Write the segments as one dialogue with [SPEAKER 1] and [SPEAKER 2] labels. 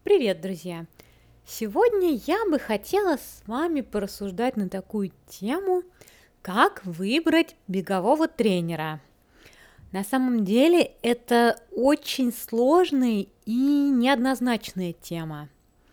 [SPEAKER 1] Привет, друзья! Сегодня я бы хотела с вами порассуждать на такую тему, как выбрать бегового тренера. На самом деле это очень сложная и неоднозначная тема.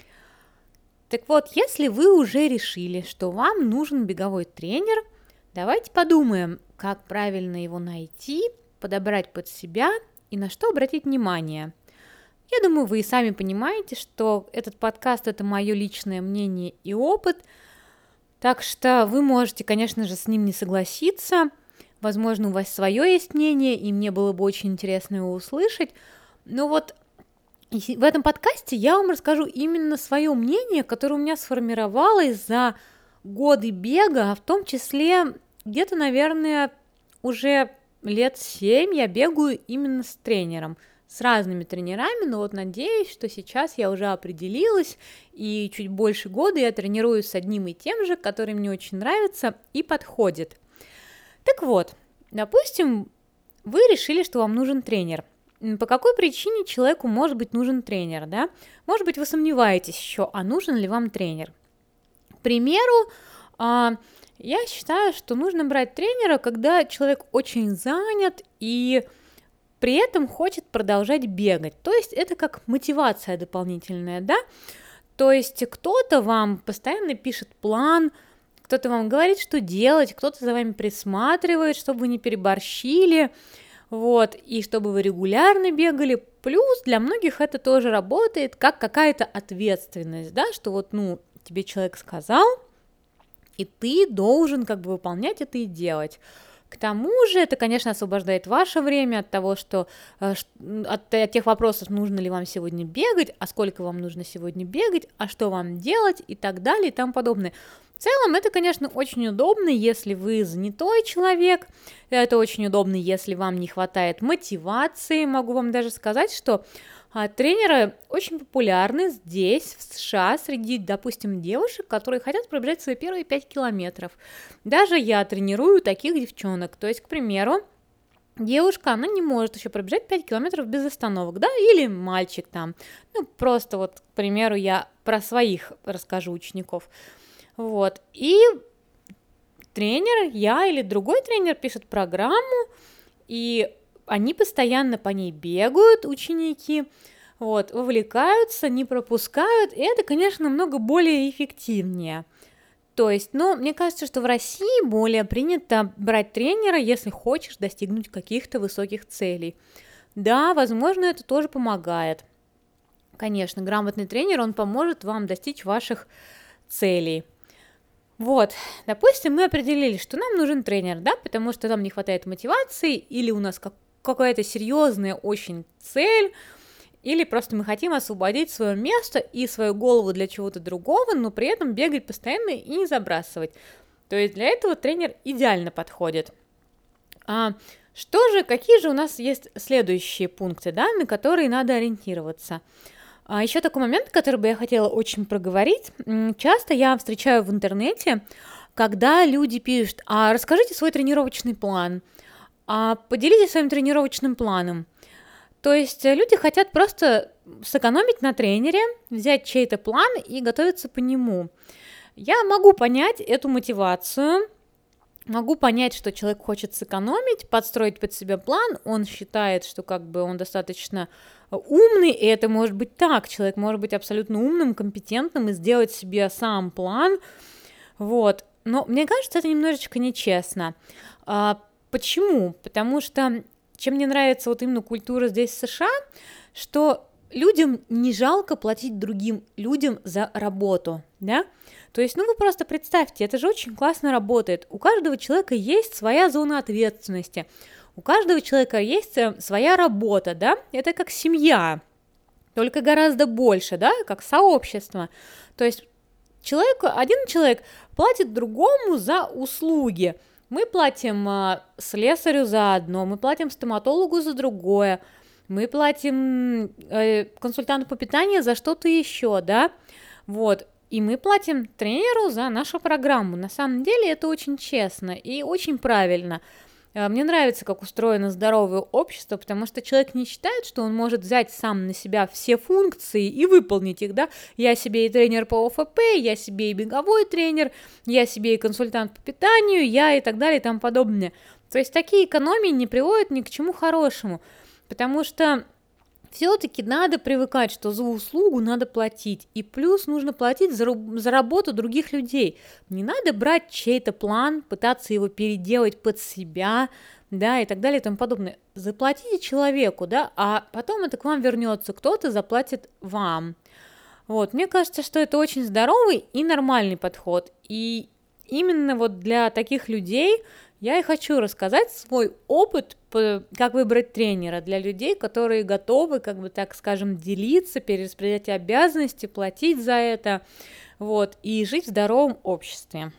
[SPEAKER 1] Так вот, если вы уже решили, что вам нужен беговой тренер, давайте подумаем, как правильно его найти, подобрать под себя и на что обратить внимание. Я думаю, вы и сами понимаете, что этот подкаст – это мое личное мнение и опыт, так что вы можете, конечно же, с ним не согласиться. Возможно, у вас свое есть мнение, и мне было бы очень интересно его услышать. Но вот в этом подкасте я вам расскажу именно свое мнение, которое у меня сформировалось за годы бега, а в том числе где-то, наверное, уже лет 7 я бегаю именно с тренером, с разными тренерами, но вот надеюсь, что сейчас я уже определилась, и чуть больше года я тренируюсь с одним и тем же, который мне очень нравится и подходит. Так вот, допустим, вы решили, что вам нужен тренер. По какой причине человеку может быть нужен тренер, да? Может быть, вы сомневаетесь еще, а нужен ли вам тренер. К примеру, я считаю, что нужно брать тренера, когда человек очень занят и при этом хочет продолжать бегать. То есть это как мотивация дополнительная, да? То есть кто-то вам постоянно пишет план, кто-то вам говорит, что делать, кто-то за вами присматривает, чтобы вы не переборщили, вот, и чтобы вы регулярно бегали. Плюс для многих это тоже работает как какая-то ответственность, да, что вот, тебе человек сказал, и ты должен как бы выполнять это и делать. К тому же это, конечно, освобождает ваше время от того, что от тех вопросов, нужно ли вам сегодня бегать, а сколько вам нужно сегодня бегать, а что вам делать и так далее и тому подобное. В целом это, конечно, очень удобно, если вы занятой человек, это очень удобно, если вам не хватает мотивации. Могу вам даже сказать, что тренеры очень популярны здесь, в США, среди, допустим, девушек, которые хотят пробежать свои первые 5 километров. Даже я тренирую таких девчонок. То есть, к примеру, девушка, она не может еще пробежать 5 километров без остановок, да, или мальчик там. Просто вот, к примеру, я про своих расскажу учеников. Вот, и тренер, я или другой тренер пишет программу, и они постоянно по ней бегают, ученики, вот, вовлекаются, не пропускают, и это, конечно, намного более эффективнее. То есть, мне кажется, что в России более принято брать тренера, если хочешь достигнуть каких-то высоких целей. Да, возможно, это тоже помогает. Конечно, грамотный тренер, он поможет вам достичь ваших целей. Вот, допустим, мы определили, что нам нужен тренер, да, потому что нам не хватает мотивации, или у нас какая-то серьезная очень цель, или просто мы хотим освободить свое место и свою голову для чего-то другого, но при этом бегать постоянно и не забрасывать. То есть для этого тренер идеально подходит. Какие же у нас есть следующие пункты, да, на которые надо ориентироваться? Еще такой момент, который бы я хотела очень проговорить. Часто я встречаю в интернете, когда люди пишут: расскажите свой тренировочный план, поделитесь своим тренировочным планом. То есть люди хотят просто сэкономить на тренере, взять чей-то план и готовиться по нему. Я могу понять эту мотивацию, могу понять, что человек хочет сэкономить, подстроить под себя план, он считает, что как бы он достаточно умный, и это может быть так, человек может быть абсолютно умным, компетентным и сделать себе сам план, вот. Но мне кажется, это немножечко нечестно. Почему? Потому что чем мне нравится вот именно культура здесь в США, что людям не жалко платить другим людям за работу, да? То есть, вы просто представьте, это же очень классно работает. У каждого человека есть своя зона ответственности, у каждого человека есть своя работа, да? Это как семья, только гораздо больше, да, как сообщество. То есть один человек платит другому за услуги. Мы платим слесарю за одно, мы платим стоматологу за другое, мы платим консультанту по питанию за что-то еще, да, вот, и мы платим тренеру за нашу программу. На самом деле это очень честно и очень правильно. Мне нравится, как устроено здоровое общество, потому что человек не считает, что он может взять сам на себя все функции и выполнить их, да. Я себе и тренер по ОФП, я себе и беговой тренер, я себе и консультант по питанию, я и так далее и тому подобное. То есть такие экономии не приводят ни к чему хорошему, потому что все-таки надо привыкать, что за услугу надо платить, и плюс нужно платить за работу других людей. Не надо брать чей-то план, пытаться его переделать под себя, да, и так далее и тому подобное. Заплатите человеку, да, а потом это к вам вернется, кто-то заплатит вам. Вот, мне кажется, что это очень здоровый и нормальный подход, и именно вот для таких людей я и хочу рассказать свой опыт, как выбрать тренера для людей, которые готовы, как бы так скажем, делиться, перераспределять обязанности, платить за это, вот, и жить в здоровом обществе.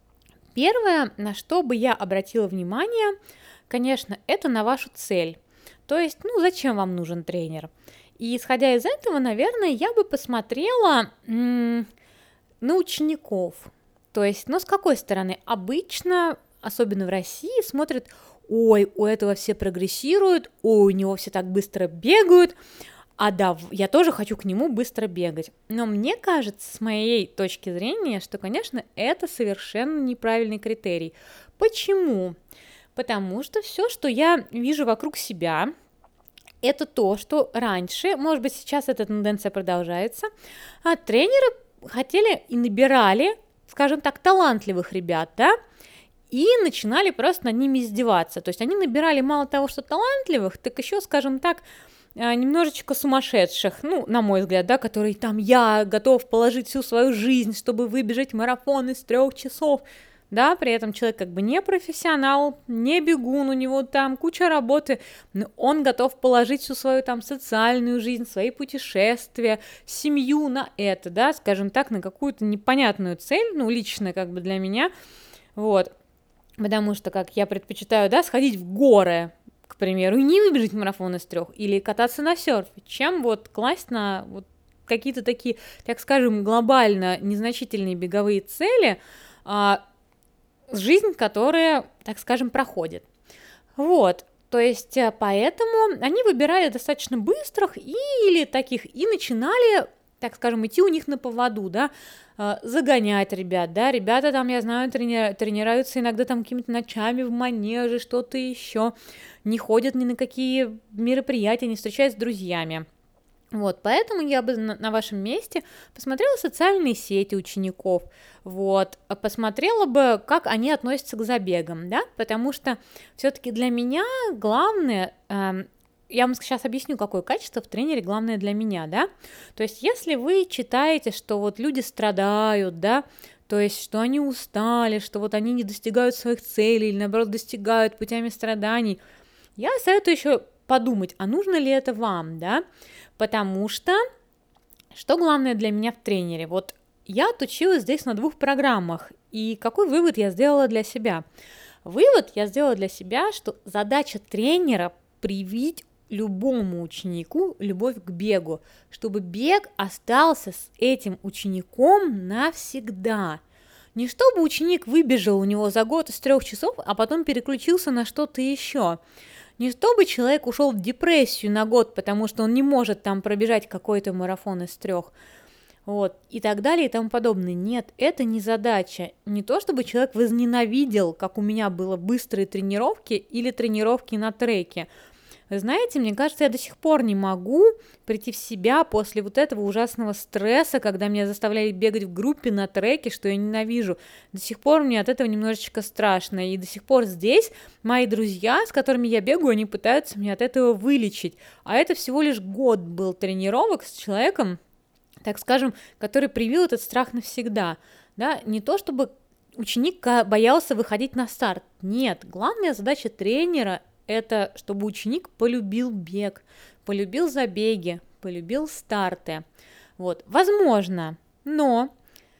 [SPEAKER 1] Первое, на что бы я обратила внимание, конечно, это на вашу цель. То есть, зачем вам нужен тренер? И исходя из этого, наверное, я бы посмотрела на учеников. То есть, с какой стороны? Обычно, особенно в России, смотрят: ой, у этого все прогрессируют, ой, у него все так быстро бегают, а да, я тоже хочу к нему быстро бегать. Но мне кажется, с моей точки зрения, что, конечно, это совершенно неправильный критерий. Почему? Потому что все, что я вижу вокруг себя, это то, что раньше, может быть, сейчас эта тенденция продолжается, тренеры хотели и набирали, скажем так, талантливых ребят, да, и начинали просто над ними издеваться. То есть они набирали мало того, что талантливых, так еще, скажем так, немножечко сумасшедших, на мой взгляд, да, которые там: я готов положить всю свою жизнь, чтобы выбежать марафон из 3 часов. Да, при этом человек как бы не профессионал, не бегун, у него там куча работы, но он готов положить всю свою там социальную жизнь, свои путешествия, семью на это, да, скажем так, на какую-то непонятную цель, лично как бы для меня, вот, потому что, как я предпочитаю, да, сходить в горы, к примеру, и не выбежать марафон из 3, или кататься на серфе, чем вот класть на вот какие-то такие, так скажем, глобально незначительные беговые цели, жизнь, которая, так скажем, проходит. Вот, то есть поэтому они выбирали достаточно быстрых или таких, и начинали, так скажем, идти у них на поводу, да, загонять ребят, да, ребята там, я знаю, тренируются иногда там какими-то ночами в манеже, что-то еще, не ходят ни на какие мероприятия, не встречаются с друзьями. Вот, поэтому я бы на вашем месте посмотрела социальные сети учеников, вот, посмотрела бы, как они относятся к забегам, да, потому что все-таки для меня главное, я вам сейчас объясню, какое качество в тренере главное для меня, да, то есть если вы читаете, что вот люди страдают, да, то есть что они устали, что вот они не достигают своих целей или наоборот достигают путями страданий, я советую еще подумать, а нужно ли это вам, да, потому что главное для меня в тренере? Вот я отучилась здесь на 2 программах, и какой вывод я сделала для себя? Вывод я сделала для себя, что задача тренера привить любому ученику любовь к бегу, чтобы бег остался с этим учеником навсегда. Не чтобы ученик выбежал у него за год из 3 часов, а потом переключился на что-то еще. Не чтобы человек ушел в депрессию на год, потому что он не может там пробежать какой-то марафон из 3, вот, и так далее и тому подобное. Нет, это не задача. Не то, чтобы человек возненавидел, как у меня было, быстрые тренировки или тренировки на треке. Вы знаете, мне кажется, я до сих пор не могу прийти в себя после вот этого ужасного стресса, когда меня заставляли бегать в группе на треке, что я ненавижу. До сих пор мне от этого немножечко страшно. И до сих пор здесь мои друзья, с которыми я бегаю, они пытаются меня от этого вылечить. А это всего лишь год был тренировок с человеком, так скажем, который привил этот страх навсегда. Да? Не то, чтобы ученик боялся выходить на старт. Нет, главная задача тренера – это чтобы ученик полюбил бег, полюбил забеги, полюбил старты. Вот, возможно, но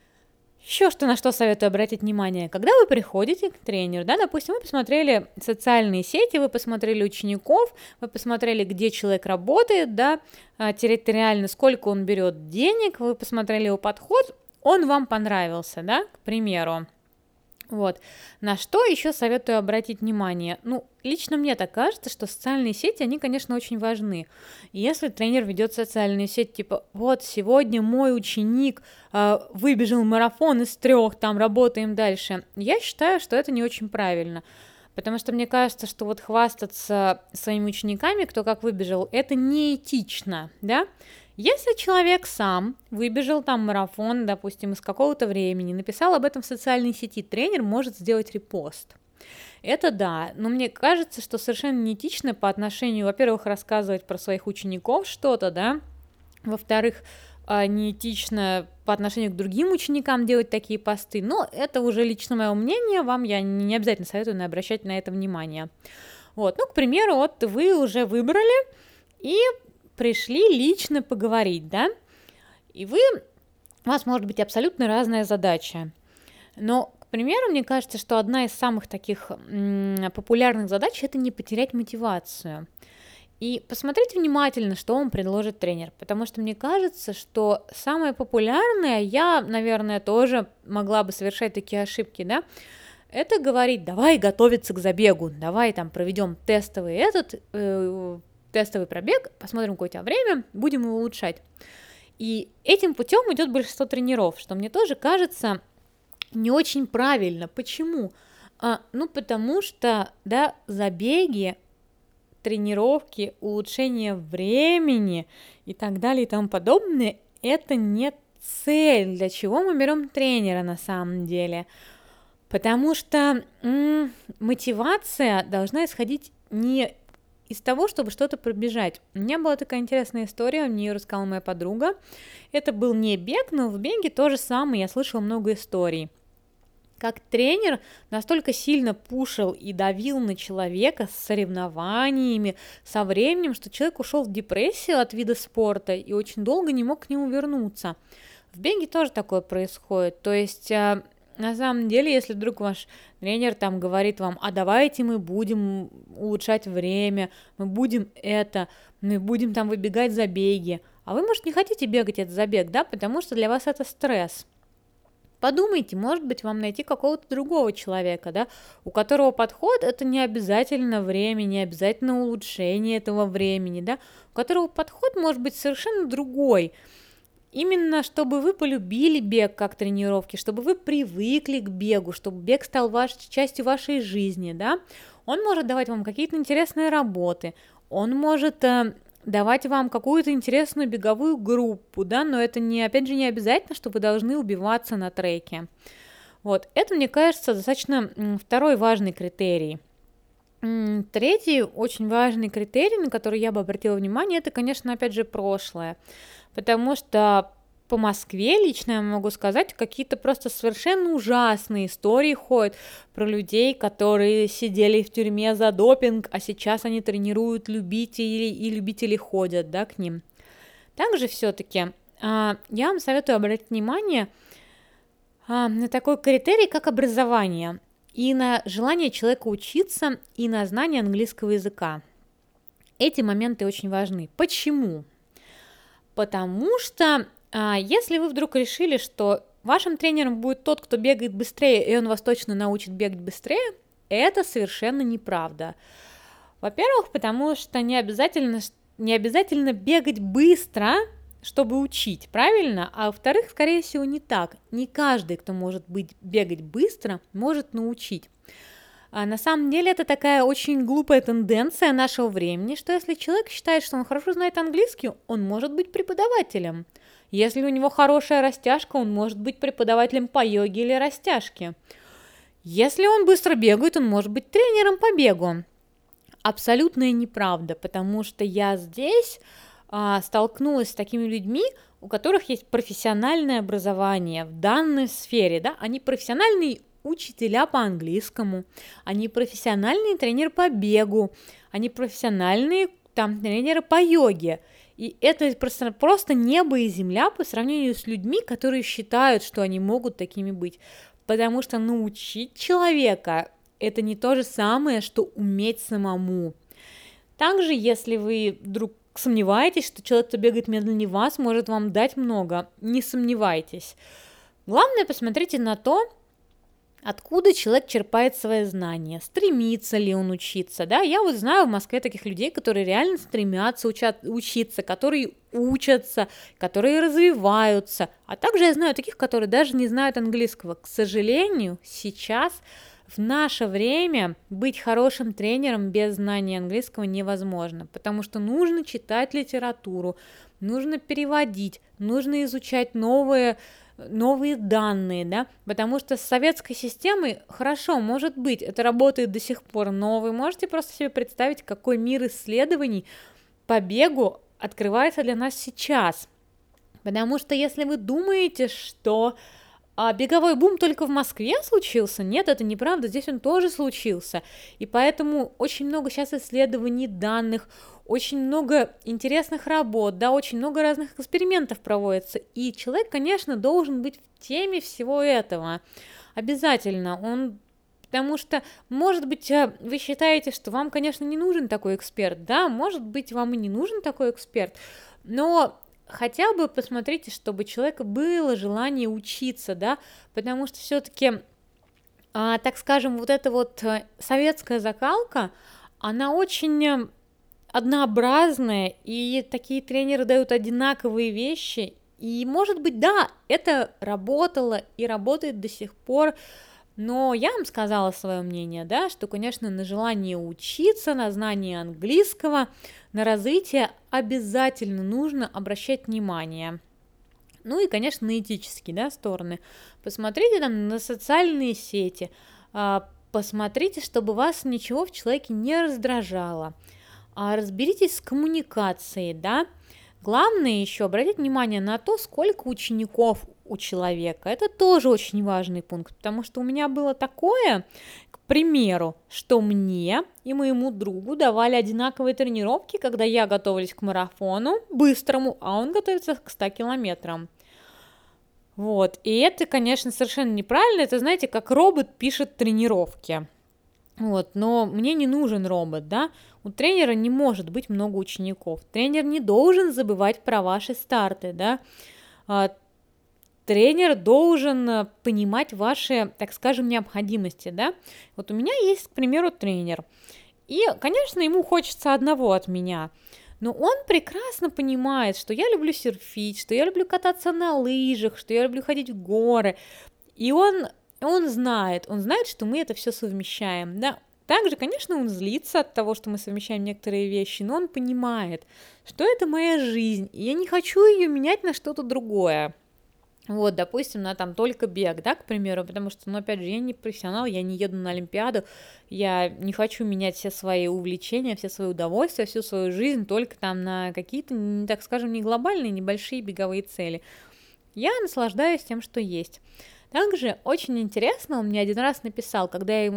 [SPEAKER 1] еще на что советую обратить внимание, когда вы приходите к тренеру, да, допустим, вы посмотрели социальные сети, вы посмотрели учеников, вы посмотрели, где человек работает, да, территориально, сколько он берет денег, вы посмотрели его подход, он вам понравился, да, к примеру. Вот. На что еще советую обратить внимание? Ну, лично мне так кажется, что социальные сети, они, конечно, очень важны. И если тренер ведет социальную сеть, типа, вот сегодня мой ученик выбежал марафон из 3, там работаем дальше, я считаю, что это не очень правильно. Потому что мне кажется, что вот хвастаться своими учениками, кто как выбежал, это неэтично, да? Если человек сам выбежал там марафон, допустим, из какого-то времени, написал об этом в социальной сети, тренер может сделать репост. Это да, но мне кажется, что совершенно неэтично по отношению, во-первых, рассказывать про своих учеников что-то, да, во-вторых, неэтично по отношению к другим ученикам делать такие посты, но это уже лично мое мнение, вам я не обязательно советую обращать на это внимание. Вот, ну, к примеру, вот вы уже выбрали и пришли лично поговорить, да, и у вас может быть абсолютно разная задача, но, к примеру, мне кажется, что одна из самых таких популярных задач – это не потерять мотивацию. И посмотрите внимательно, что вам предложит тренер, потому что мне кажется, что самое популярное, я, наверное, тоже могла бы совершать такие ошибки, да, это говорить, давай готовиться к забегу, давай там проведем тестовый пробег, посмотрим, какое у тебя время, будем его улучшать. И этим путем идет большинство тренеров, что мне тоже кажется не очень правильно. Почему? Ну, потому что, да, забеги, тренировки, улучшение времени и так далее и тому подобное, это не цель, для чего мы берем тренера на самом деле. Потому что мотивация должна исходить не из того, чтобы что-то пробежать. У меня была такая интересная история, мне ее рассказала моя подруга. Это был не бег, но в беге то же самое, я слышала много историй. Как тренер настолько сильно пушил и давил на человека с соревнованиями, со временем, что человек ушел в депрессию от вида спорта и очень долго не мог к нему вернуться. В беге тоже такое происходит. То есть на самом деле, если вдруг ваш тренер там говорит вам, а давайте мы будем улучшать время, мы будем там выбегать забеги, а вы, может, не хотите бегать этот забег, да, потому что для вас это стресс. Подумайте, может быть, вам найти какого-то другого человека, да, у которого подход это не обязательно время, не обязательно улучшение этого времени, да, у которого подход может быть совершенно другой. Именно чтобы вы полюбили бег как тренировки, чтобы вы привыкли к бегу, чтобы бег стал частью вашей жизни, да. Он может давать вам какие-то интересные работы, он может давать вам какую-то интересную беговую группу, да, но это опять же, не обязательно, что вы должны убиваться на треке. Вот, это, мне кажется, достаточно второй важный критерий. Третий очень важный критерий, на который я бы обратила внимание, это, конечно, опять же, прошлое. Потому что по Москве лично я могу сказать, какие-то просто совершенно ужасные истории ходят про людей, которые сидели в тюрьме за допинг, а сейчас они тренируют любителей, и любители ходят, да, к ним. Также все-таки я вам советую обратить внимание на такой критерий, как образование, и на желание человека учиться, и на знание английского языка. Эти моменты очень важны. Почему? Потому что если вы вдруг решили, что вашим тренером будет тот, кто бегает быстрее, и он вас точно научит бегать быстрее, это совершенно неправда. Во-первых, потому что не обязательно бегать быстро, чтобы учить, правильно? А во-вторых, скорее всего, не так. Не каждый, кто может бегать быстро, может научить. На самом деле это такая очень глупая тенденция нашего времени, что если человек считает, что он хорошо знает английский, он может быть преподавателем. Если у него хорошая растяжка, он может быть преподавателем по йоге или растяжке. Если он быстро бегает, он может быть тренером по бегу. Абсолютная неправда, потому что я здесь столкнулась с такими людьми, у которых есть профессиональное образование в данной сфере, да, они профессиональные учителя по английскому, они профессиональные тренеры по бегу, они профессиональные тренеры по йоге. И это просто небо и земля по сравнению с людьми, которые считают, что они могут такими быть. Потому что научить человека – это не то же самое, что уметь самому. Также, если вы вдруг сомневаетесь, что человек, кто бегает медленнее вас, может вам дать много, не сомневайтесь. Главное, посмотрите на то, Откуда человек черпает свои знания? Стремится ли он учиться? Да? Я вот знаю в Москве таких людей, которые реально стремятся учиться, которые учатся, которые развиваются. А также я знаю таких, которые даже не знают английского. К сожалению, сейчас в наше время быть хорошим тренером без знания английского невозможно, потому что нужно читать литературу, нужно переводить, нужно изучать новые данные, да, потому что с советской системой хорошо, может быть, это работает до сих пор, но вы можете просто себе представить, какой мир исследований по бегу открывается для нас сейчас, потому что если вы думаете, что беговой бум только в Москве случился, нет, это неправда, здесь он тоже случился, и поэтому очень много сейчас исследований данных, очень много интересных работ, да, очень много разных экспериментов проводится, и человек, конечно, должен быть в теме всего этого, обязательно, потому что, может быть, вы считаете, что вам, конечно, не нужен такой эксперт, да, может быть, вам и не нужен такой эксперт, но хотя бы посмотрите, чтобы у человека было желание учиться, да, потому что все-таки, так скажем, вот эта вот советская закалка, она очень однообразная, и такие тренеры дают одинаковые вещи, и, может быть, да, это работало и работает до сих пор, но я вам сказала свое мнение, да, что, конечно, на желание учиться, на знание английского, на развитие обязательно нужно обращать внимание. Ну и, конечно, на этические, да, стороны. Посмотрите там на социальные сети, посмотрите, чтобы вас ничего в человеке не раздражало. Разберитесь с коммуникацией, да. Главное еще обратить внимание на то, сколько учеников у человека. Это тоже очень важный пункт, потому что у меня было такое, к примеру, что мне и моему другу давали одинаковые тренировки, когда я готовилась к марафону быстрому, а он готовится к 100 километрам. Вот, и это, конечно, совершенно неправильно, это, знаете, как робот пишет тренировки. Вот, но мне не нужен робот, да, у тренера не может быть много учеников, тренер не должен забывать про ваши старты, да, тренер должен понимать ваши, так скажем, необходимости, да, вот у меня есть, к примеру, тренер, и, конечно, ему хочется одного от меня, но он прекрасно понимает, что я люблю серфить, что я люблю кататься на лыжах, что я люблю ходить в горы, и он знает, что мы это все совмещаем, да. Также, конечно, он злится от того, что мы совмещаем некоторые вещи, но он понимает, что это моя жизнь, и я не хочу ее менять на что-то другое. Вот, допустим, на там только бег, да, к примеру, потому что, ну, опять же, я не профессионал, я не еду на Олимпиаду, я не хочу менять все свои увлечения, все свои удовольствия, всю свою жизнь только там на какие-то, так скажем, не глобальные, небольшие беговые цели. Я наслаждаюсь тем, что есть. Также очень интересно, он мне один раз написал, когда я ему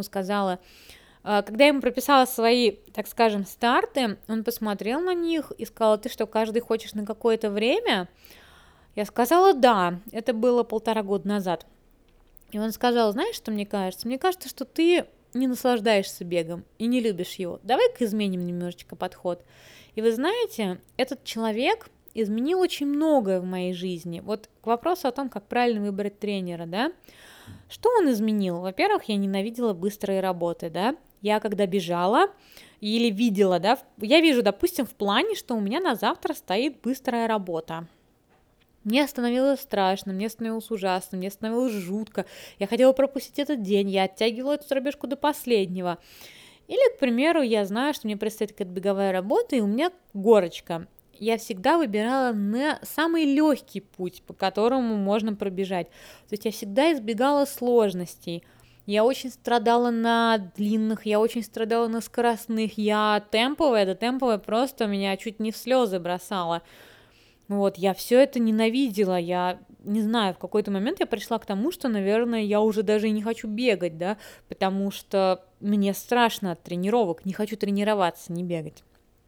[SPEAKER 1] прописала свои, так скажем, старты, он посмотрел на них и сказал: ты что, каждый хочешь на какое-то время? Я сказала: да, это было 1,5 года назад. И он сказал: знаешь, что мне кажется? Мне кажется, что ты не наслаждаешься бегом и не любишь его. Давай-ка изменим немножечко подход. И вы знаете, этот человек изменил очень многое в моей жизни. Вот к вопросу о том, как правильно выбрать тренера, да. Что он изменил? Во-первых, я ненавидела быстрые работы, да. Я когда бежала или видела, да, я вижу, допустим, в плане, что у меня на завтра стоит быстрая работа. Мне становилось страшно, мне становилось ужасно, мне становилось жутко. Я хотела пропустить этот день, я оттягивала эту пробежку до последнего. Или, к примеру, я знаю, что мне предстоит какая-то беговая работа, и у меня горочка. Я всегда выбирала самый легкий путь, по которому можно пробежать. То есть я всегда избегала сложностей. Я очень страдала на длинных, я очень страдала на скоростных. Я темповая просто меня чуть не в слезы бросала. Вот, я все это ненавидела, я не знаю, в какой-то момент я пришла к тому, что, наверное, я уже даже и не хочу бегать, да, потому что мне страшно от тренировок, не хочу тренироваться, не бегать.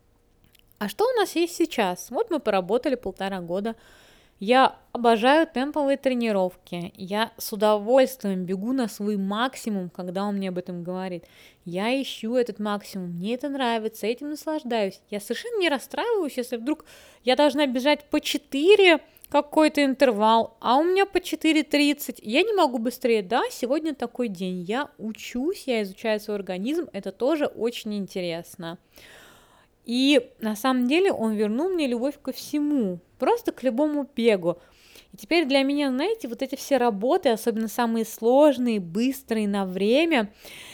[SPEAKER 1] А что у нас есть сейчас? Вот мы поработали 1,5 года. Я обожаю темповые тренировки. Я с удовольствием бегу на свой максимум, когда он мне об этом говорит. Я ищу этот максимум, мне это нравится, этим наслаждаюсь. Я совершенно не расстраиваюсь, если вдруг я должна бежать по 4, какой-то интервал, а у меня по 4:30, я не могу быстрее. Да, сегодня такой день, я учусь, я изучаю свой организм, это тоже очень интересно. И на самом деле он вернул мне любовь ко всему, просто к любому бегу. И теперь для меня, знаете, вот эти все работы, особенно самые сложные, быстрые, на время,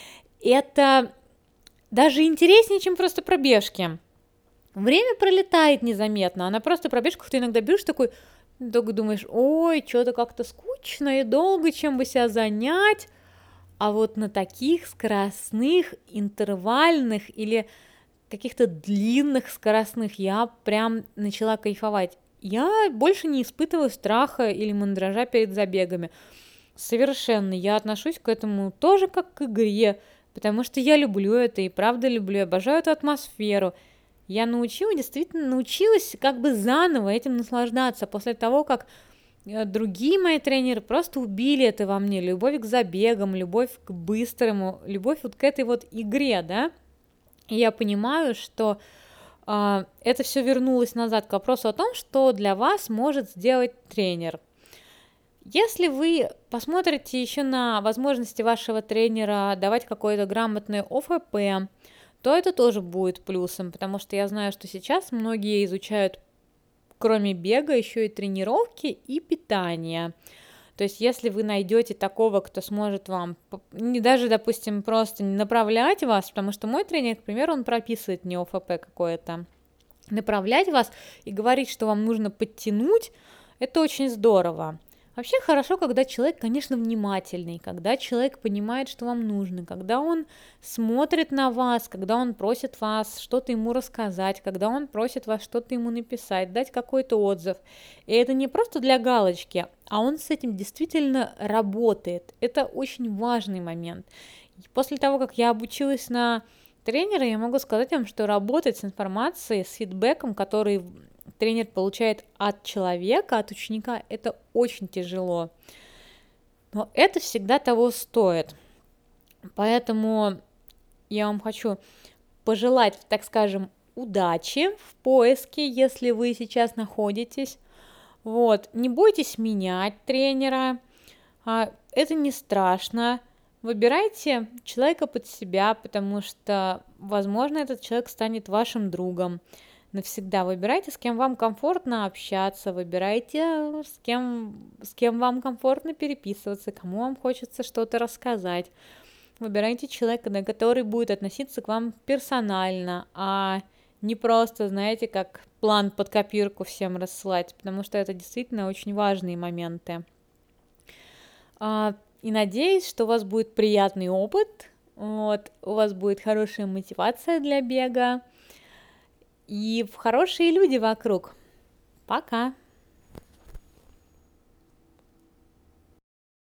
[SPEAKER 1] это даже интереснее, чем просто пробежки. Время пролетает незаметно, а на просто пробежках ты иногда бежишь такой, долго думаешь, ой, что-то как-то скучно и долго, чем бы себя занять. А вот на таких скоростных, интервальных или каких-то длинных скоростных я прям начала кайфовать. Я больше не испытываю страха или мандража перед забегами. Совершенно. Я отношусь к этому тоже как к игре, потому что я люблю это и правда люблю, обожаю эту атмосферу. Я действительно научилась как бы заново этим наслаждаться после того, как другие мои тренеры просто убили это во мне, любовь к забегам, любовь к быстрому, любовь вот к этой вот игре, да. И я понимаю, что это все вернулось назад к вопросу о том, что для вас может сделать тренер. Если вы посмотрите еще на возможности вашего тренера давать какое-то грамотное ОФП, то это тоже будет плюсом, потому что я знаю, что сейчас многие изучают, кроме бега, еще и тренировки и питание. То есть, если вы найдете такого, кто сможет вам, не даже, допустим, просто направлять вас, потому что мой тренер, к примеру, он прописывает мне ОФП какое-то, направлять вас и говорить, что вам нужно подтянуть, это очень здорово. Вообще хорошо, когда человек, конечно, внимательный, когда человек понимает, что вам нужно, когда он смотрит на вас, когда он просит вас что-то ему рассказать, когда он просит вас что-то ему написать, дать какой-то отзыв. И это не просто для галочки, а он с этим действительно работает. Это очень важный момент. И после того, как я обучилась на тренера, я могу сказать вам, что работать с информацией, с фидбэком, который тренер получает от человека, от ученика, это очень тяжело. Но это всегда того стоит. Поэтому я вам хочу пожелать, так скажем, удачи в поиске, если вы сейчас находитесь. Вот, не бойтесь менять тренера, это не страшно. Выбирайте человека под себя, потому что, возможно, этот человек станет вашим другом навсегда. Выбирайте, с кем вам комфортно общаться, выбирайте, с кем вам комфортно переписываться, кому вам хочется что-то рассказать. Выбирайте человека, который будет относиться к вам персонально, а не просто, знаете, как план под копирку всем рассылать, потому что это действительно очень важные моменты. И надеюсь, что у вас будет приятный опыт, вот, у вас будет хорошая мотивация для бега и хорошие люди вокруг. Пока!